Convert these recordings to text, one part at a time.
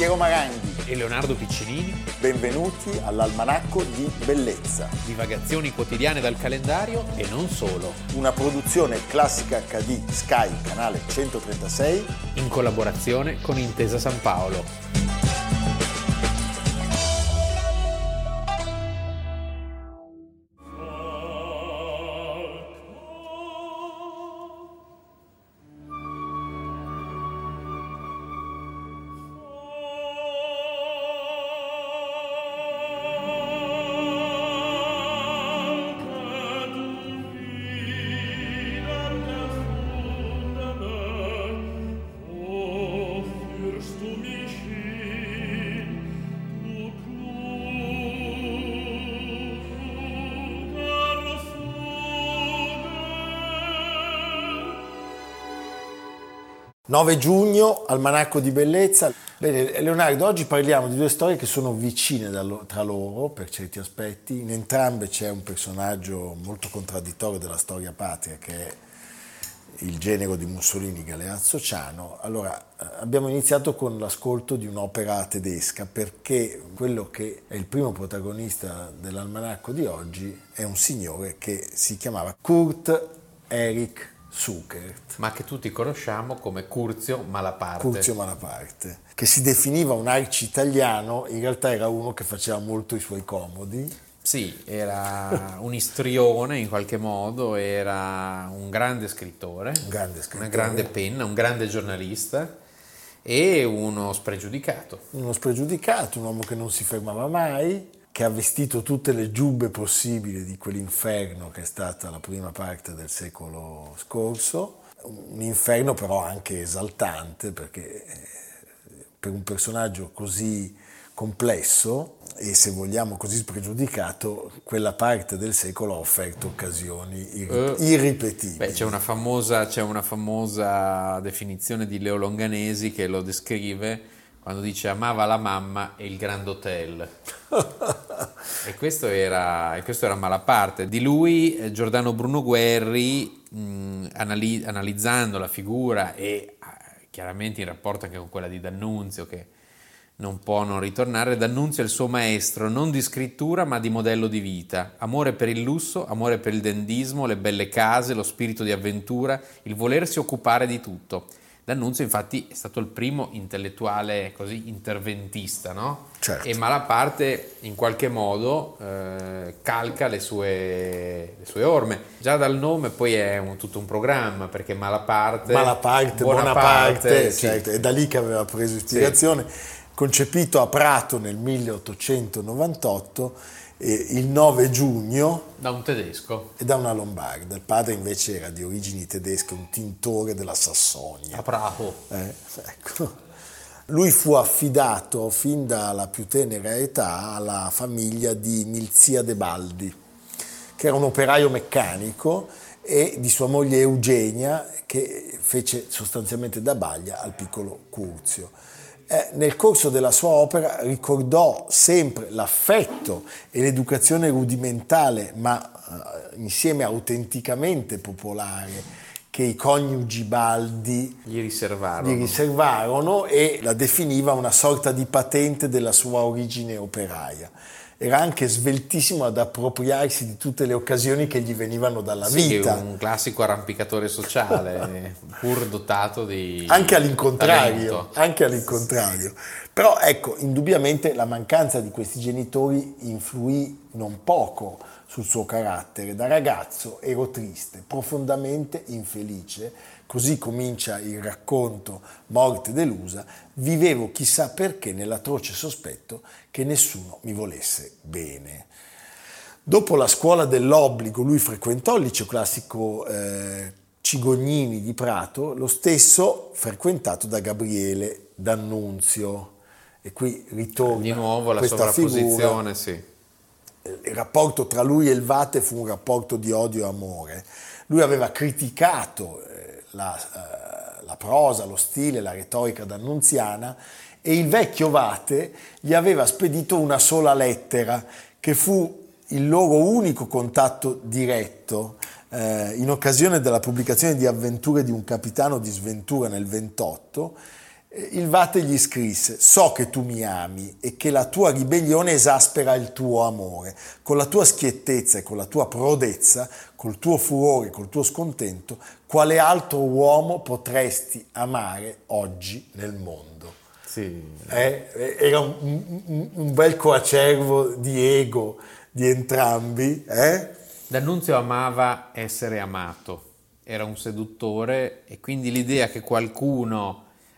Piero Maranghi e Leonardo Piccinini. Benvenuti all'Almanacco di Bellezza. Divagazioni quotidiane dal calendario e non solo. Una produzione Classica HD Sky, canale 136, in collaborazione con Intesa San Paolo. 9 giugno, Almanacco di Bellezza. Bene, Leonardo, oggi parliamo di due storie che sono vicine tra loro per certi aspetti. In entrambe c'è un personaggio molto contraddittorio della storia patria, che è il genero di Mussolini, Galeazzo Ciano. Allora, abbiamo iniziato con l'ascolto di un'opera tedesca, perché quello che è il primo protagonista dell'almanacco di oggi è un signore che si chiamava Kurt Erich Schuckert, ma che tutti conosciamo come Curzio Malaparte. Curzio Malaparte, che si definiva un arci-italiano, in realtà era uno che faceva molto i suoi comodi. Sì, era un istrione in qualche modo, era un grande scrittore, una grande penna, un grande giornalista e uno spregiudicato. Un uomo che non si fermava mai, che ha vestito tutte le giubbe possibili di quell'inferno che è stata la prima parte del secolo scorso, un inferno però anche esaltante, perché per un personaggio così complesso e, se vogliamo, così spregiudicato, quella parte del secolo ha offerto occasioni irripetibili. C'è una famosa definizione di Leo Longanesi che lo descrive quando dice: amava la mamma e il Grand Hotel. e questo era Malaparte. Di lui Giordano Bruno Guerri, analizzando la figura e chiaramente in rapporto anche con quella di D'Annunzio, che non può non ritornare. D'Annunzio è il suo maestro non di scrittura ma di modello di vita: amore per il lusso, amore per il dandismo, le belle case, lo spirito di avventura, il volersi occupare di tutto. D'Annunzio infatti è stato il primo intellettuale così interventista, no? Certo. E Malaparte in qualche modo calca le sue orme. Già dal nome poi è tutto un programma, perché Malaparte, Bonaparte, sì. Certo, è da lì che aveva preso ispirazione. Sì. Concepito a Prato nel 1898, il 9 giugno, da un tedesco e da una lombarda. Il padre invece era di origini tedesche, un tintore della Sassonia. A Prato. Ecco. Lui fu affidato fin dalla più tenera età alla famiglia di Milzia de Baldi, che era un operaio meccanico, e di sua moglie Eugenia, che fece sostanzialmente da baglia al piccolo Curzio. Nel corso della sua opera ricordò sempre l'affetto e l'educazione rudimentale, ma insieme autenticamente popolare, che i coniugi Baldi gli riservarono, e la definiva una sorta di patente della sua origine operaia. Era anche sveltissimo ad appropriarsi di tutte le occasioni che gli venivano dalla vita. Un classico arrampicatore sociale, pur dotato di anche all'incontrario. Però ecco, indubbiamente la mancanza di questi genitori influì non poco sul suo carattere. Da ragazzo ero triste, profondamente infelice, così comincia il racconto Morte delusa, vivevo chissà perché nell'atroce sospetto che nessuno mi volesse bene. Dopo la scuola dell'obbligo lui frequentò il liceo classico Cigognini di Prato, lo stesso frequentato da Gabriele D'Annunzio, e qui ritorna di nuovo la questa sovrapposizione, figura. sì. Il rapporto tra lui e il Vate fu un rapporto di odio e amore. Lui aveva criticato la prosa, lo stile, la retorica d'annunziana, e il vecchio Vate gli aveva spedito una sola lettera, che fu il loro unico contatto diretto in occasione della pubblicazione di Avventure di un capitano di sventura nel 28, Il Vate gli scrisse: so che tu mi ami e che la tua ribellione esaspera il tuo amore. Con la tua schiettezza e con la tua prodezza, col tuo furore, col tuo scontento, quale altro uomo potresti amare oggi nel mondo? Sì. Era un bel coacervo di ego di entrambi. D'Annunzio amava essere amato, era un seduttore e quindi l'idea che qualcuno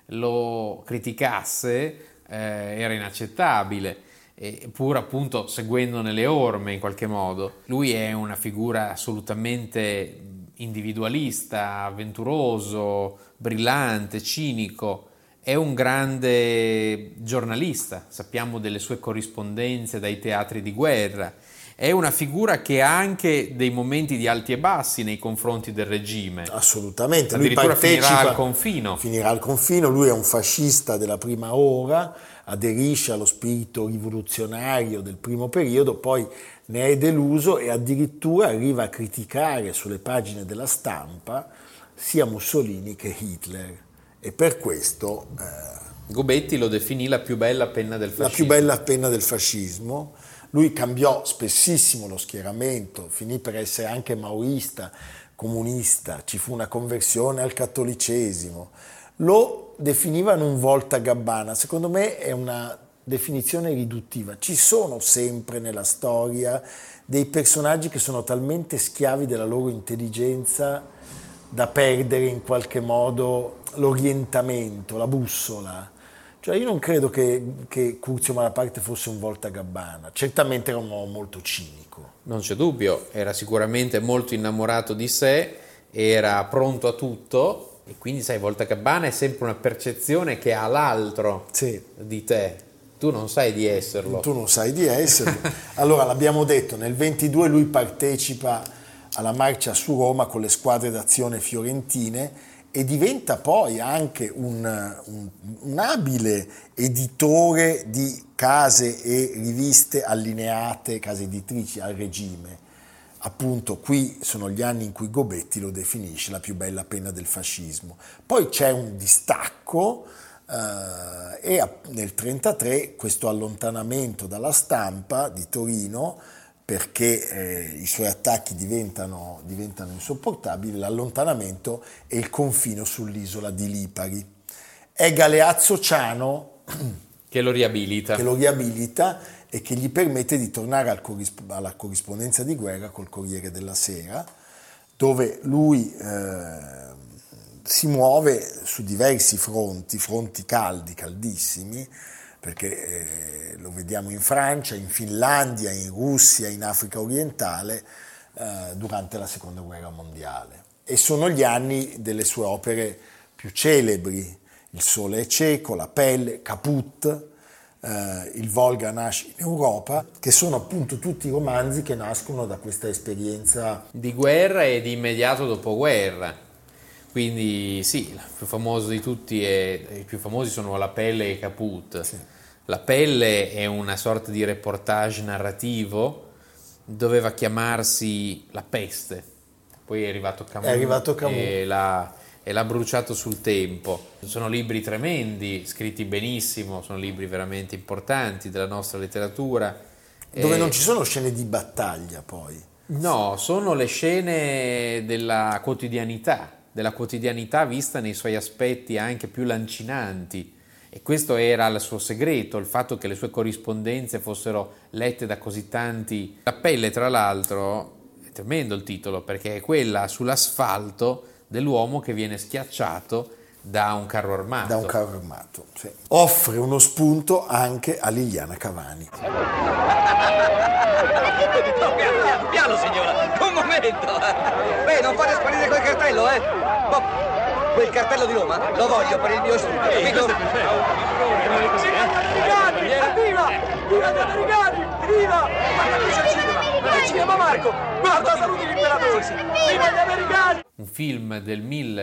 lo criticasse era inaccettabile, pur appunto seguendone le orme in qualche modo. Lui è una figura assolutamente individualista, avventuroso, brillante, cinico. È un grande giornalista, sappiamo delle sue corrispondenze dai teatri di guerra. È una figura che ha anche dei momenti di alti e bassi nei confronti del regime. Assolutamente. Addirittura finirà al confino. Finirà al confino, lui è un fascista della prima ora, aderisce allo spirito rivoluzionario del primo periodo, poi ne è deluso e addirittura arriva a criticare sulle pagine della Stampa sia Mussolini che Hitler. E per questo Gobetti lo definì la più bella penna del fascismo. La più bella penna del fascismo. Lui cambiò spessissimo lo schieramento, finì per essere anche maoista, comunista, ci fu una conversione al cattolicesimo. Lo definivano un voltagabbana, secondo me è una definizione riduttiva. Ci sono sempre nella storia dei personaggi che sono talmente schiavi della loro intelligenza da perdere in qualche modo l'orientamento, la bussola. Cioè io non credo che Curzio Malaparte fosse un voltagabbana, certamente era un uomo molto cinico. Non c'è dubbio, era sicuramente molto innamorato di sé, era pronto a tutto e quindi sai, voltagabbana è sempre una percezione che ha l'altro di te, tu non sai di esserlo. Tu non sai di esserlo. Allora l'abbiamo detto, nel 22 lui partecipa alla marcia su Roma con le squadre d'azione fiorentine e diventa poi anche un abile editore di case e riviste allineate, case editrici al regime. Appunto, qui sono gli anni in cui Gobetti lo definisce la più bella penna del fascismo. Poi c'è un distacco e nel 1933 questo allontanamento dalla Stampa di Torino, perché i suoi attacchi diventano insopportabili, l'allontanamento e il confino sull'isola di Lipari. È Galeazzo Ciano che lo riabilita e che gli permette di tornare alla corrispondenza di guerra col Corriere della Sera, dove lui si muove su diversi fronti caldi, caldissimi, perché lo vediamo in Francia, in Finlandia, in Russia, in Africa orientale, durante la Seconda Guerra Mondiale. E sono gli anni delle sue opere più celebri: Il sole è cieco, La pelle, Caput, Il Volga nasce in Europa, che sono appunto tutti romanzi che nascono da questa esperienza di guerra e di immediato dopoguerra. Quindi sì, il più famoso di tutti i più famosi sono La pelle e Caput. Sì. La pelle è una sorta di reportage narrativo, doveva chiamarsi La peste, poi è arrivato Camus. E l'ha bruciato sul tempo. Sono libri tremendi, scritti benissimo, sono libri veramente importanti della nostra letteratura. Dove non ci sono scene di battaglia poi. No, sono le scene della quotidianità vista nei suoi aspetti anche più lancinanti. E questo era il suo segreto, il fatto che le sue corrispondenze fossero lette da così tanti. La pelle, tra l'altro, è tremendo il titolo, perché è quella sull'asfalto dell'uomo che viene schiacciato da un carro armato. Sì. Offre uno spunto anche a Liliana Cavani. Piano, signora, un momento. Beh, non fate sparire quel cartello, quel cartello di Roma lo voglio per il mio studio. Viva gli americani! Viva! Guarda qui c'è il cinema! Il cinema Marco! Guarda, saluti l'imperatore! Viva gli americani! Un film del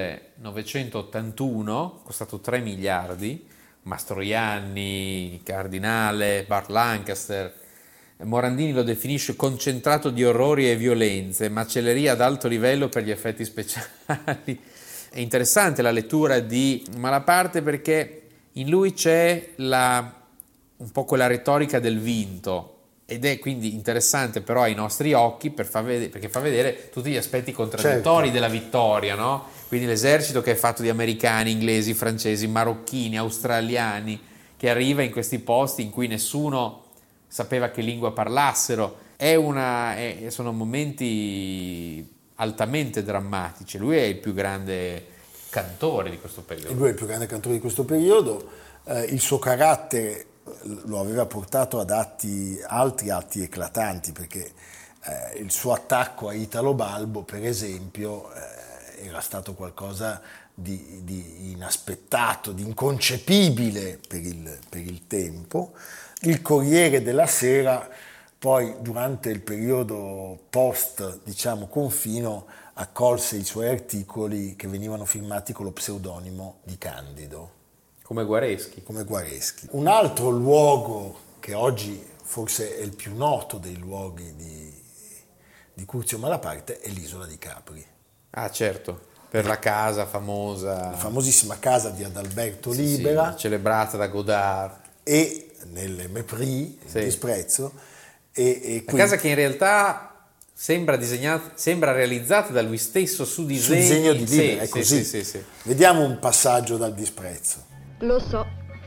1981, costato 3 miliardi, Mastroianni, Cardinale, Burt Lancaster. Morandini lo definisce concentrato di orrori e violenze, macelleria ad alto livello per gli effetti speciali. È interessante la lettura di Malaparte perché in lui c'è un po' quella retorica del vinto, ed è quindi interessante però ai nostri occhi perché fa vedere tutti gli aspetti contraddittori della vittoria, no? Quindi l'esercito che è fatto di americani, inglesi, francesi, marocchini, australiani, che arriva in questi posti in cui nessuno sapeva che lingua parlassero. Sono momenti altamente drammatici. Lui è il più grande cantore di questo periodo. Lui è il più grande cantore di questo periodo. Il suo carattere lo aveva portato ad altri atti eclatanti, perché il suo attacco a Italo Balbo, per esempio, era stato qualcosa di inaspettato, di inconcepibile per il tempo. Il Corriere della Sera poi, durante il periodo post, confino, accolse i suoi articoli che venivano firmati con lo pseudonimo di Candido. Come Guareschi. Un altro luogo che oggi forse è il più noto dei luoghi di Curzio Malaparte è l'isola di Capri. Ah, certo, per la casa famosa. La famosissima casa di Adalberto Libera. Sì, celebrata da Godard. E nelle Mépris, il disprezzo. La casa che in realtà sembra realizzata da lui stesso su disegno di Libera, è così. Sì. Vediamo un passaggio dal disprezzo. Lo so.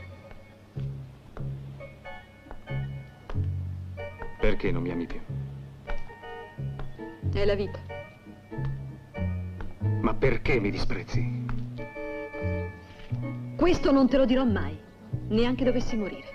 Perché non mi ami più? È la vita. Ma perché mi disprezzi? Questo non te lo dirò mai, neanche dovessi morire.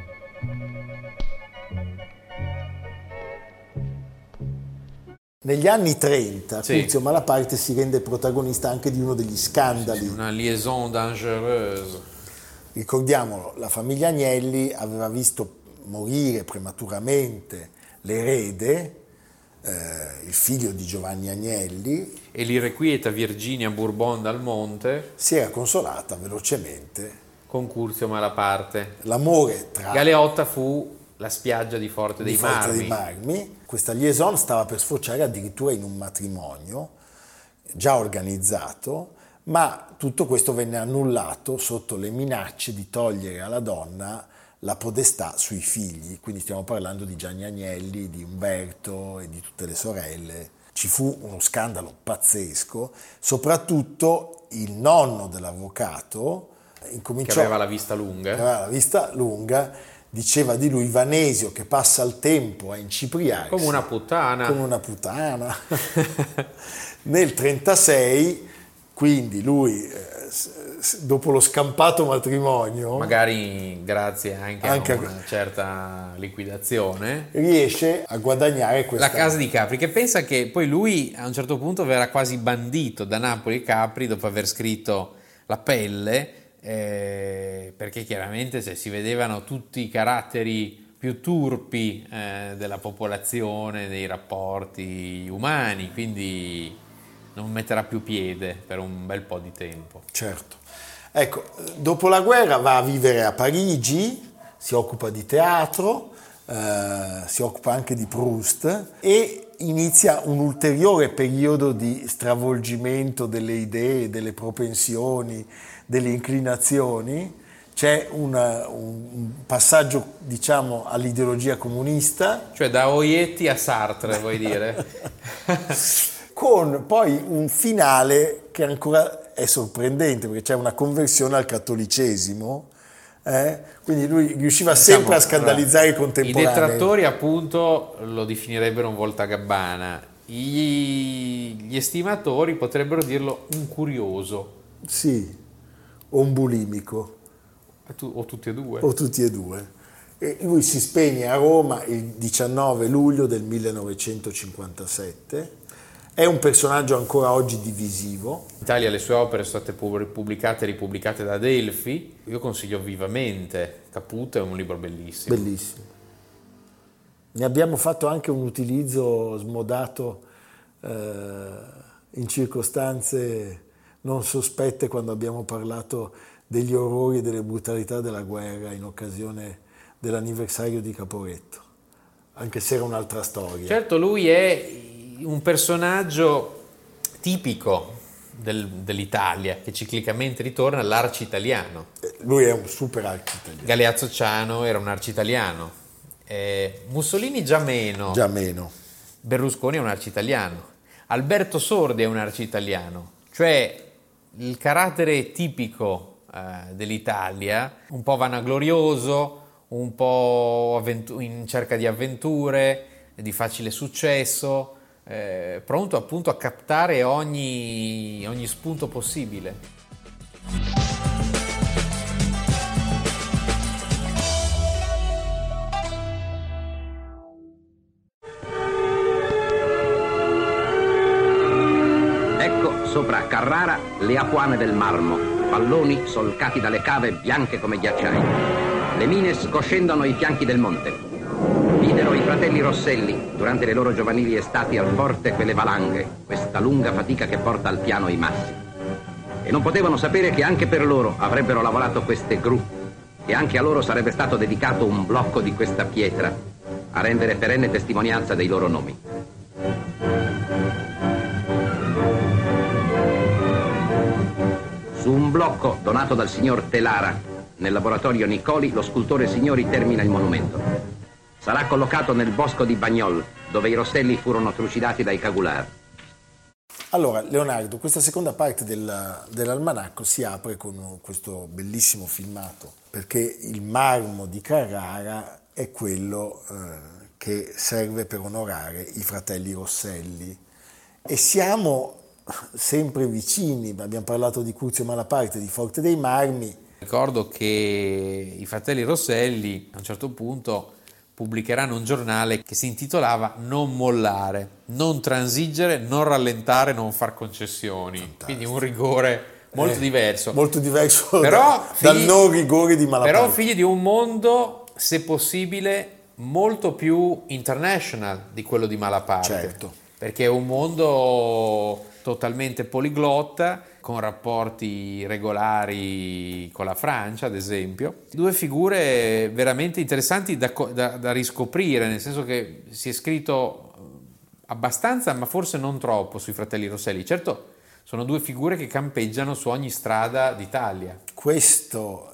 Negli anni 30 Curzio Malaparte si rende protagonista anche di uno degli scandali. Una liaison dangereuse. Ricordiamolo, la famiglia Agnelli aveva visto morire prematuramente l'erede, il figlio di Giovanni Agnelli, e l'irrequieta Virginia Bourbon dal Monte si era consolata velocemente con Curzio Malaparte. L'amore tra Galeotta fu la spiaggia di Forte dei Marmi. Questa liaison stava per sfociare addirittura in un matrimonio già organizzato, ma tutto questo venne annullato sotto le minacce di togliere alla donna la podestà sui figli. Quindi stiamo parlando di Gianni Agnelli, di Umberto e di tutte le sorelle. Ci fu uno scandalo pazzesco, soprattutto il nonno dell'avvocato incominciò... Che aveva la vista lunga. Diceva di lui Vanesio che passa il tempo a incipriarsi. Come una puttana. Nel 1936, quindi lui, dopo lo scampato matrimonio... Magari grazie anche a una certa liquidazione... riesce a guadagnare questa... La casa di Capri, che pensa che poi lui a un certo punto verrà quasi bandito da Napoli e Capri dopo aver scritto La pelle... perché chiaramente si vedevano tutti i caratteri più turpi della popolazione, dei rapporti umani, quindi non metterà più piede per un bel po' di tempo. Certo. Ecco, dopo la guerra va a vivere a Parigi, si occupa di teatro, si occupa anche di Proust e inizia un ulteriore periodo di stravolgimento delle idee, delle propensioni, delle inclinazioni. C'è un passaggio, all'ideologia comunista. Cioè da Oietti a Sartre, vuoi dire? Con poi un finale che ancora è sorprendente, perché c'è una conversione al cattolicesimo. Quindi lui riusciva sempre a scandalizzare i contemporanei. I detrattori appunto lo definirebbero un voltagabbana, gli estimatori potrebbero dirlo un curioso. Sì, o un bulimico. O tutti e due. E lui si spegne a Roma il 19 luglio del 1957. È un personaggio ancora oggi divisivo. In Italia le sue opere sono state pubblicate e ripubblicate da Adelphi. Io consiglio vivamente. Caputo è un libro bellissimo. Bellissimo. Ne abbiamo fatto anche un utilizzo smodato in circostanze non sospette quando abbiamo parlato degli orrori e delle brutalità della guerra in occasione dell'anniversario di Caporetto, anche se era un'altra storia. Certo, lui è un personaggio tipico dell'Italia, che ciclicamente ritorna, l'arci italiano. lui è un super arcitaliano. Galeazzo Ciano era un arcitaliano, Mussolini già meno, Berlusconi è un arcitaliano, Alberto Sordi è un arcitaliano, cioè il carattere tipico dell'Italia, un po' vanaglorioso, un po' in cerca di avventure, di facile successo, pronto appunto a captare ogni spunto possibile. Ecco sopra Carrara le acquame del marmo, palloni solcati dalle cave bianche come ghiacciai. Le mine scoscendono ai fianchi del monte. Videro i fratelli Rosselli, durante le loro giovanili estati al forte, quelle valanghe, questa lunga fatica che porta al piano i massi. E non potevano sapere che anche per loro avrebbero lavorato queste gru, e anche a loro sarebbe stato dedicato un blocco di questa pietra, a rendere perenne testimonianza dei loro nomi. Su un blocco donato dal signor Telara, nel laboratorio Nicoli, lo scultore Signori termina il monumento. Sarà collocato nel bosco di Bagnol, dove i Rosselli furono trucidati dai Cagular. Allora, Leonardo, questa seconda parte dell'almanacco si apre con questo bellissimo filmato, perché il marmo di Carrara è quello che serve per onorare i fratelli Rosselli. E siamo sempre vicini, abbiamo parlato di Curzio Malaparte, di Forte dei Marmi. Ricordo che i fratelli Rosselli a un certo punto pubblicheranno un giornale che si intitolava Non mollare, non transigere, non rallentare, non far concessioni. Fantastico. Quindi un rigore molto diverso. Molto diverso però dal non rigore di Malaparte. Però figli di un mondo, se possibile, molto più international di quello di Malaparte. Certo. Perché è un mondo totalmente poliglotta, con rapporti regolari con la Francia, ad esempio. Due figure veramente interessanti da riscoprire, nel senso che si è scritto abbastanza, ma forse non troppo, sui fratelli Rosselli. Certo, sono due figure che campeggiano su ogni strada d'Italia. Questo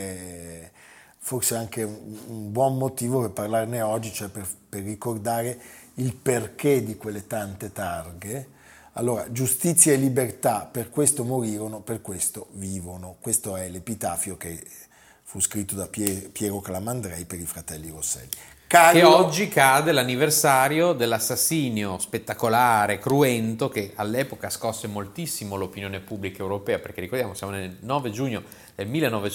è forse anche un buon motivo per parlarne oggi, cioè per ricordare il perché di quelle tante targhe. Allora, giustizia e libertà, per questo morirono, per questo vivono. Questo è l'epitafio che fu scritto da Piero Calamandrei per i fratelli Rosselli. Che oggi cade l'anniversario dell'assassinio spettacolare, cruento, che all'epoca scosse moltissimo l'opinione pubblica europea, perché ricordiamo, siamo nel 9 giugno del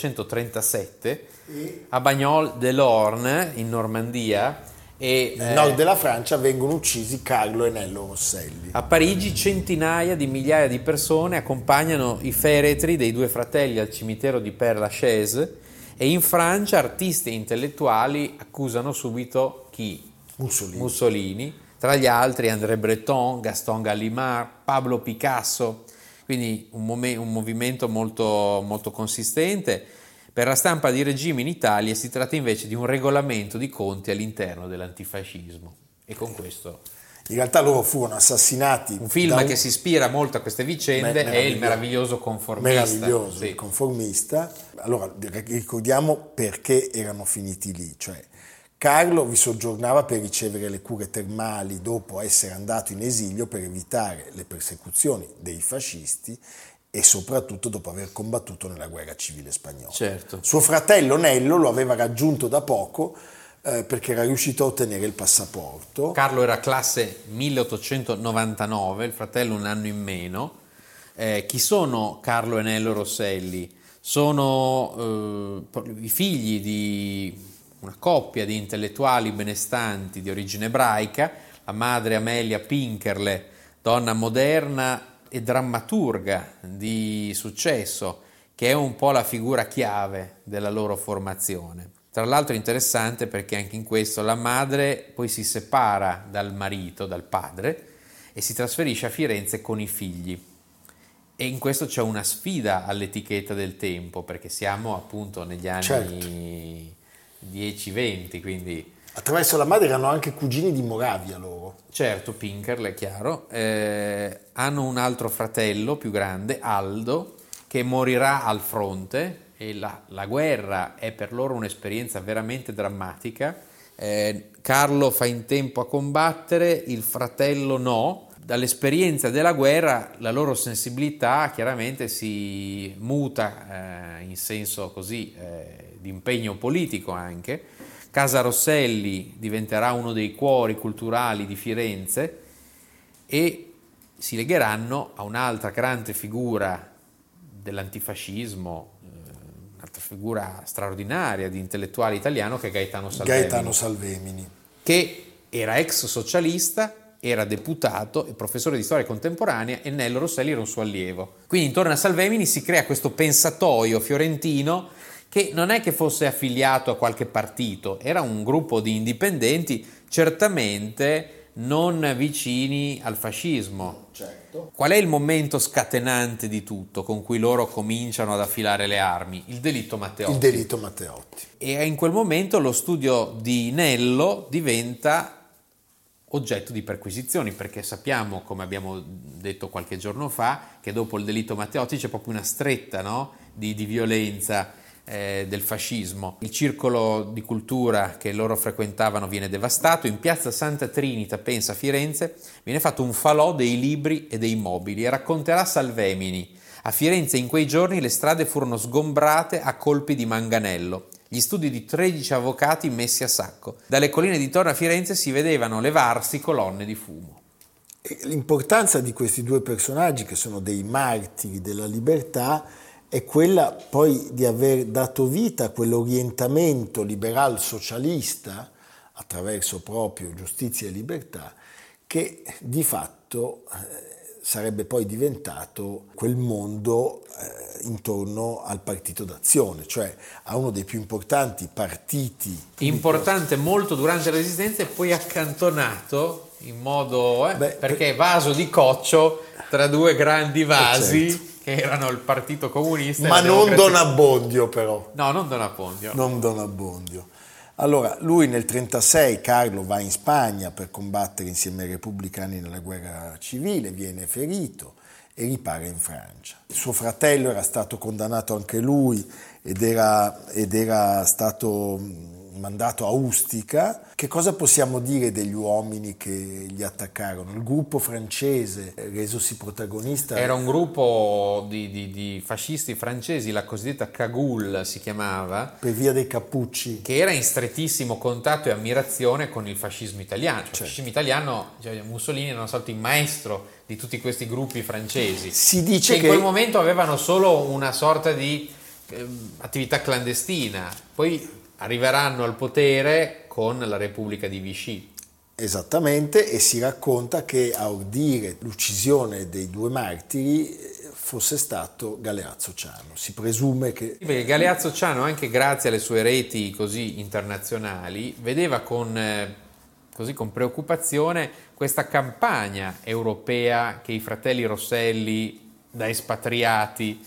1937, a Bagnol de l'Orne, in Normandia, e nel nord della Francia vengono uccisi Carlo e Nello Rosselli. A Parigi centinaia di migliaia di persone accompagnano i feretri dei due fratelli al cimitero di Père Lachaise, e in Francia artisti e intellettuali accusano subito chi? Mussolini, tra gli altri André Breton, Gaston Gallimard, Pablo Picasso, quindi un movimento molto, molto consistente. Per la stampa di regime in Italia si tratta invece di un regolamento di conti all'interno dell'antifascismo, e con questo in realtà loro furono assassinati. Un film che si ispira molto a queste vicende è Il meraviglioso conformista. Meraviglioso, sì. Il conformista. Allora, ricordiamo perché erano finiti lì, cioè Carlo vi soggiornava per ricevere le cure termali dopo essere andato in esilio per evitare le persecuzioni dei fascisti e soprattutto dopo aver combattuto nella guerra civile spagnola. Certo. Suo fratello Nello lo aveva raggiunto da poco perché era riuscito a ottenere il passaporto. Carlo era classe 1899, il fratello un anno in meno. Chi sono Carlo e Nello Rosselli? Sono i figli di una coppia di intellettuali benestanti di origine ebraica, la madre Amelia Pinkerle, donna moderna e drammaturga di successo, che è un po' la figura chiave della loro formazione. Tra l'altro è interessante perché anche in questo la madre poi si separa dal marito, dal padre, e si trasferisce a Firenze con i figli. E in questo c'è una sfida all'etichetta del tempo, perché siamo appunto negli anni 10-20, quindi... Attraverso la madre erano anche cugini di Moravia loro. Certo, Pinkerle, è chiaro. Hanno un altro fratello più grande, Aldo, che morirà al fronte e la guerra è per loro un'esperienza veramente drammatica. Carlo fa in tempo a combattere, il fratello no. Dall'esperienza della guerra la loro sensibilità chiaramente si muta in senso così di impegno politico anche. Casa Rosselli diventerà uno dei cuori culturali di Firenze e si legheranno a un'altra grande figura dell'antifascismo, un'altra figura straordinaria di intellettuale italiano che è Gaetano Salvemini, che era ex socialista, era deputato e professore di storia contemporanea e Nello Rosselli era un suo allievo. Quindi intorno a Salvemini si crea questo pensatoio fiorentino che non è che fosse affiliato a qualche partito, era un gruppo di indipendenti certamente non vicini al fascismo. Certo. Qual è il momento scatenante di tutto con cui loro cominciano ad affilare le armi? Il delitto Matteotti. Il delitto Matteotti. E in quel momento lo studio di Nello diventa oggetto di perquisizioni, perché sappiamo, come abbiamo detto qualche giorno fa, che dopo il delitto Matteotti c'è proprio una stretta, no? di violenza del fascismo. Il circolo di cultura che loro frequentavano viene devastato. In piazza Santa Trinita, pensa a Firenze, viene fatto un falò dei libri e dei mobili, e racconterà Salvemini: a Firenze in quei giorni le strade furono sgombrate a colpi di manganello, gli studi di 13 avvocati messi a sacco. Dalle colline intorno a Firenze si vedevano levarsi colonne di fumo. E l'importanza di questi due personaggi, che sono dei martiri della libertà, è quella poi di aver dato vita a quell'orientamento liberal socialista attraverso proprio giustizia e libertà, che di fatto sarebbe poi diventato quel mondo intorno al Partito d'Azione, cioè a uno dei più importanti partiti. Importante molto durante la Resistenza e poi accantonato in modo... perché vaso di coccio tra due grandi vasi, certo, che erano il Partito Comunista. Ma non Don Abbondio, però. No, non Don Abbondio. Non Don Abbondio. Allora, lui nel 1936, Carlo, va in Spagna per combattere insieme ai repubblicani nella guerra civile, viene ferito e ripara in Francia. Il suo fratello era stato condannato anche lui ed era stato mandato a Ustica. Che cosa possiamo dire degli uomini che gli attaccarono? Il gruppo francese, resosi protagonista... Era un gruppo di fascisti francesi, la cosiddetta Cagoule si chiamava. Per via dei Cappucci. Che era in strettissimo contatto e ammirazione con il fascismo italiano. Cioè, certo. Il fascismo italiano, cioè Mussolini era stato il maestro di tutti questi gruppi francesi. Si dice che in quel momento avevano solo una sorta di attività clandestina. Poi arriveranno al potere con la Repubblica di Vichy. Esattamente, e si racconta che a ordire l'uccisione dei due martiri fosse stato Galeazzo Ciano. Si presume che... Perché Galeazzo Ciano, anche grazie alle sue reti così internazionali, vedeva con preoccupazione questa campagna europea che i fratelli Rosselli, da espatriati,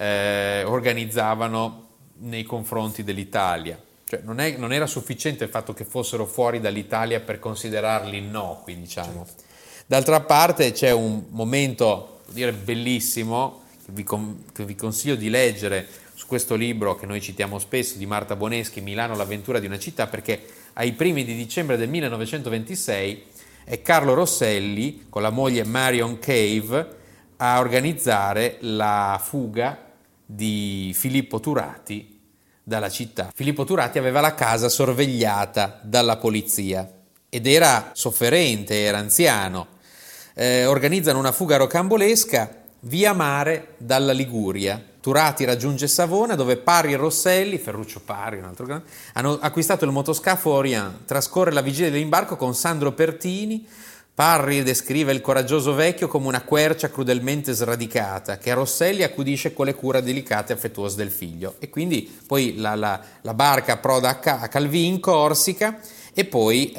organizzavano nei confronti dell'Italia. Cioè non era sufficiente il fatto che fossero fuori dall'Italia per considerarli innocui, diciamo. Certo. D'altra parte c'è un momento, devo dire, bellissimo, che vi consiglio di leggere su questo libro che noi citiamo spesso, di Marta Boneschi, Milano, l'avventura di una città, perché ai primi di dicembre del 1926 è Carlo Rosselli con la moglie Marion Cave a organizzare la fuga di Filippo Turati dalla città. Filippo Turati aveva la casa sorvegliata dalla polizia ed era sofferente, era anziano. Organizzano una fuga rocambolesca via mare dalla Liguria. Turati raggiunge Savona, dove Parri e Rosselli, Ferruccio Parri, un altro grande, hanno acquistato il motoscafo Orient. Trascorre la vigilia dell'imbarco con Sandro Pertini. Parri descrive il coraggioso vecchio come una quercia crudelmente sradicata, che a Rosselli accudisce con le cure delicate e affettuose del figlio. E quindi poi la barca approda a Calvi in Corsica e poi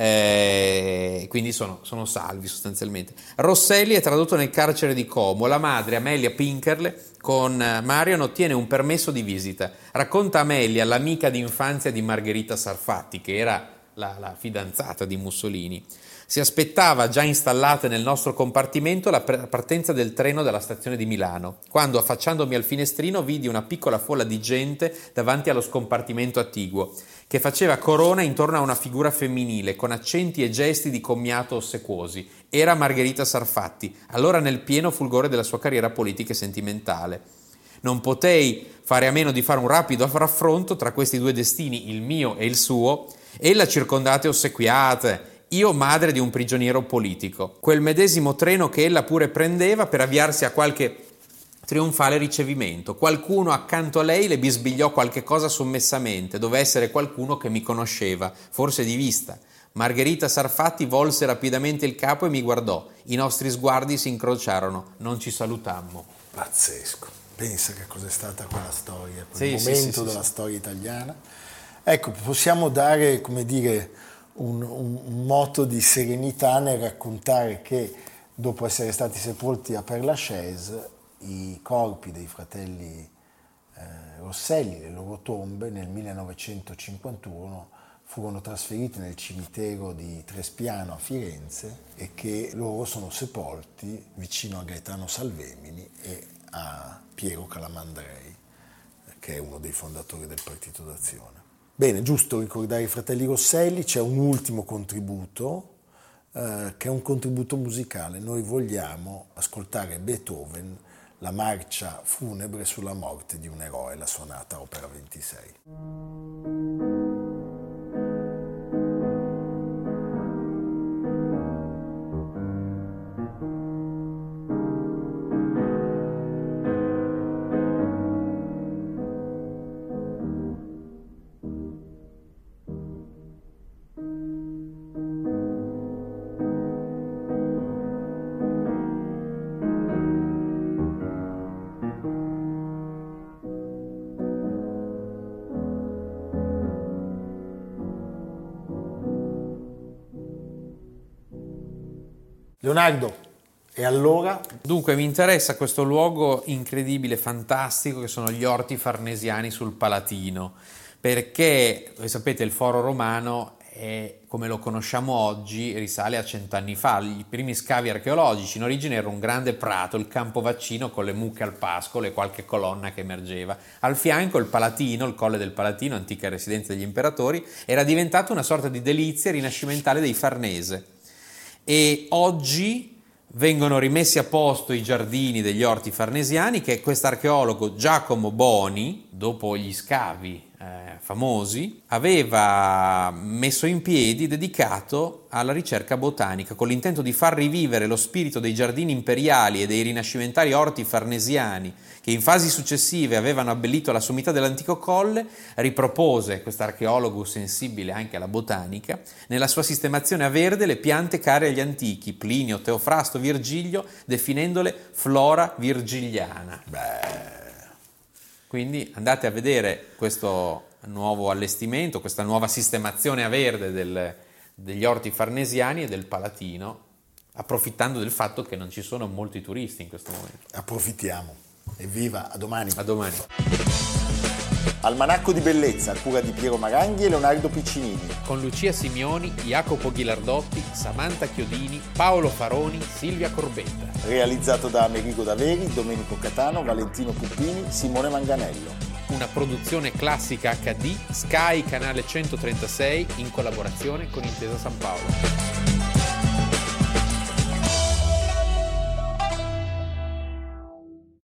quindi sono salvi sostanzialmente. Rosselli è tradotto nel carcere di Como. La madre, Amelia Pinkerle, con Marion ottiene un permesso di visita. Racconta Amelia, l'amica d'infanzia di Margherita Sarfatti, che era la fidanzata di Mussolini. Si aspettava, già installate nel nostro compartimento, la partenza del treno dalla stazione di Milano, quando, affacciandomi al finestrino, vidi una piccola folla di gente davanti allo scompartimento attiguo, che faceva corona intorno a una figura femminile, con accenti e gesti di commiato ossequosi. Era Margherita Sarfatti, allora nel pieno fulgore della sua carriera politica e sentimentale. Non potei fare a meno di fare un rapido raffronto tra questi due destini, il mio e il suo. Ella circondate e ossequiate, io madre di un prigioniero politico. Quel medesimo treno che ella pure prendeva per avviarsi a qualche trionfale ricevimento. Qualcuno accanto a lei le bisbigliò qualche cosa sommessamente. Doveva essere qualcuno che mi conosceva, forse di vista. Margherita Sarfatti volse rapidamente il capo e mi guardò. I nostri sguardi si incrociarono. Non ci salutammo. Pazzesco. Pensa che cos'è stata quella storia, Sì, momento della storia italiana. Ecco, possiamo dare, come dire, un moto di serenità nel raccontare che dopo essere stati sepolti a Père Lachaise, i corpi dei fratelli Rosselli, le loro tombe, nel 1951 furono trasferiti nel cimitero di Trespiano a Firenze e che loro sono sepolti vicino a Gaetano Salvemini e a Piero Calamandrei, che è uno dei fondatori del Partito d'Azione. Bene, giusto ricordare i fratelli Rosselli. C'è un ultimo contributo, che è un contributo musicale. Noi vogliamo ascoltare Beethoven, la marcia funebre sulla morte di un eroe, la sonata opera 26. Leonardo, e allora? Dunque, mi interessa questo luogo incredibile, fantastico, che sono gli orti farnesiani sul Palatino, perché, voi sapete, il Foro Romano, come lo conosciamo oggi, risale a 100 anni fa. I primi scavi archeologici in origine era un grande prato, il Campo Vaccino, con le mucche al pascolo e qualche colonna che emergeva. Al fianco il Palatino, il Colle del Palatino, antica residenza degli imperatori, era diventato una sorta di delizia rinascimentale dei Farnese. E oggi vengono rimessi a posto i giardini degli orti farnesiani che quest'archeologo Giacomo Boni, dopo gli scavi famosi, aveva messo in piedi, dedicato alla ricerca botanica, con l'intento di far rivivere lo spirito dei giardini imperiali e dei rinascimentali orti farnesiani che in fasi successive avevano abbellito la sommità dell'antico colle. Ripropose, quest'archeologo sensibile anche alla botanica, nella sua sistemazione a verde le piante care agli antichi, Plinio, Teofrasto, Virgilio, definendole flora virgiliana. Quindi andate a vedere questo nuovo allestimento, questa nuova sistemazione a verde degli orti farnesiani e del Palatino, approfittando del fatto che non ci sono molti turisti in questo momento. Approfittiamo. Evviva, a domani. A domani. Almanacco di bellezza a cura di Piero Maranghi e Leonardo Piccinini. Con Lucia Simioni, Jacopo Ghilardotti, Samantha Chiodini, Paolo Faroni, Silvia Corbetta. Realizzato da Amerigo Daveri, Domenico Catano, Valentino Puppini, Simone Manganello. Una produzione classica HD, Sky Canale 136 in collaborazione con Intesa San Paolo.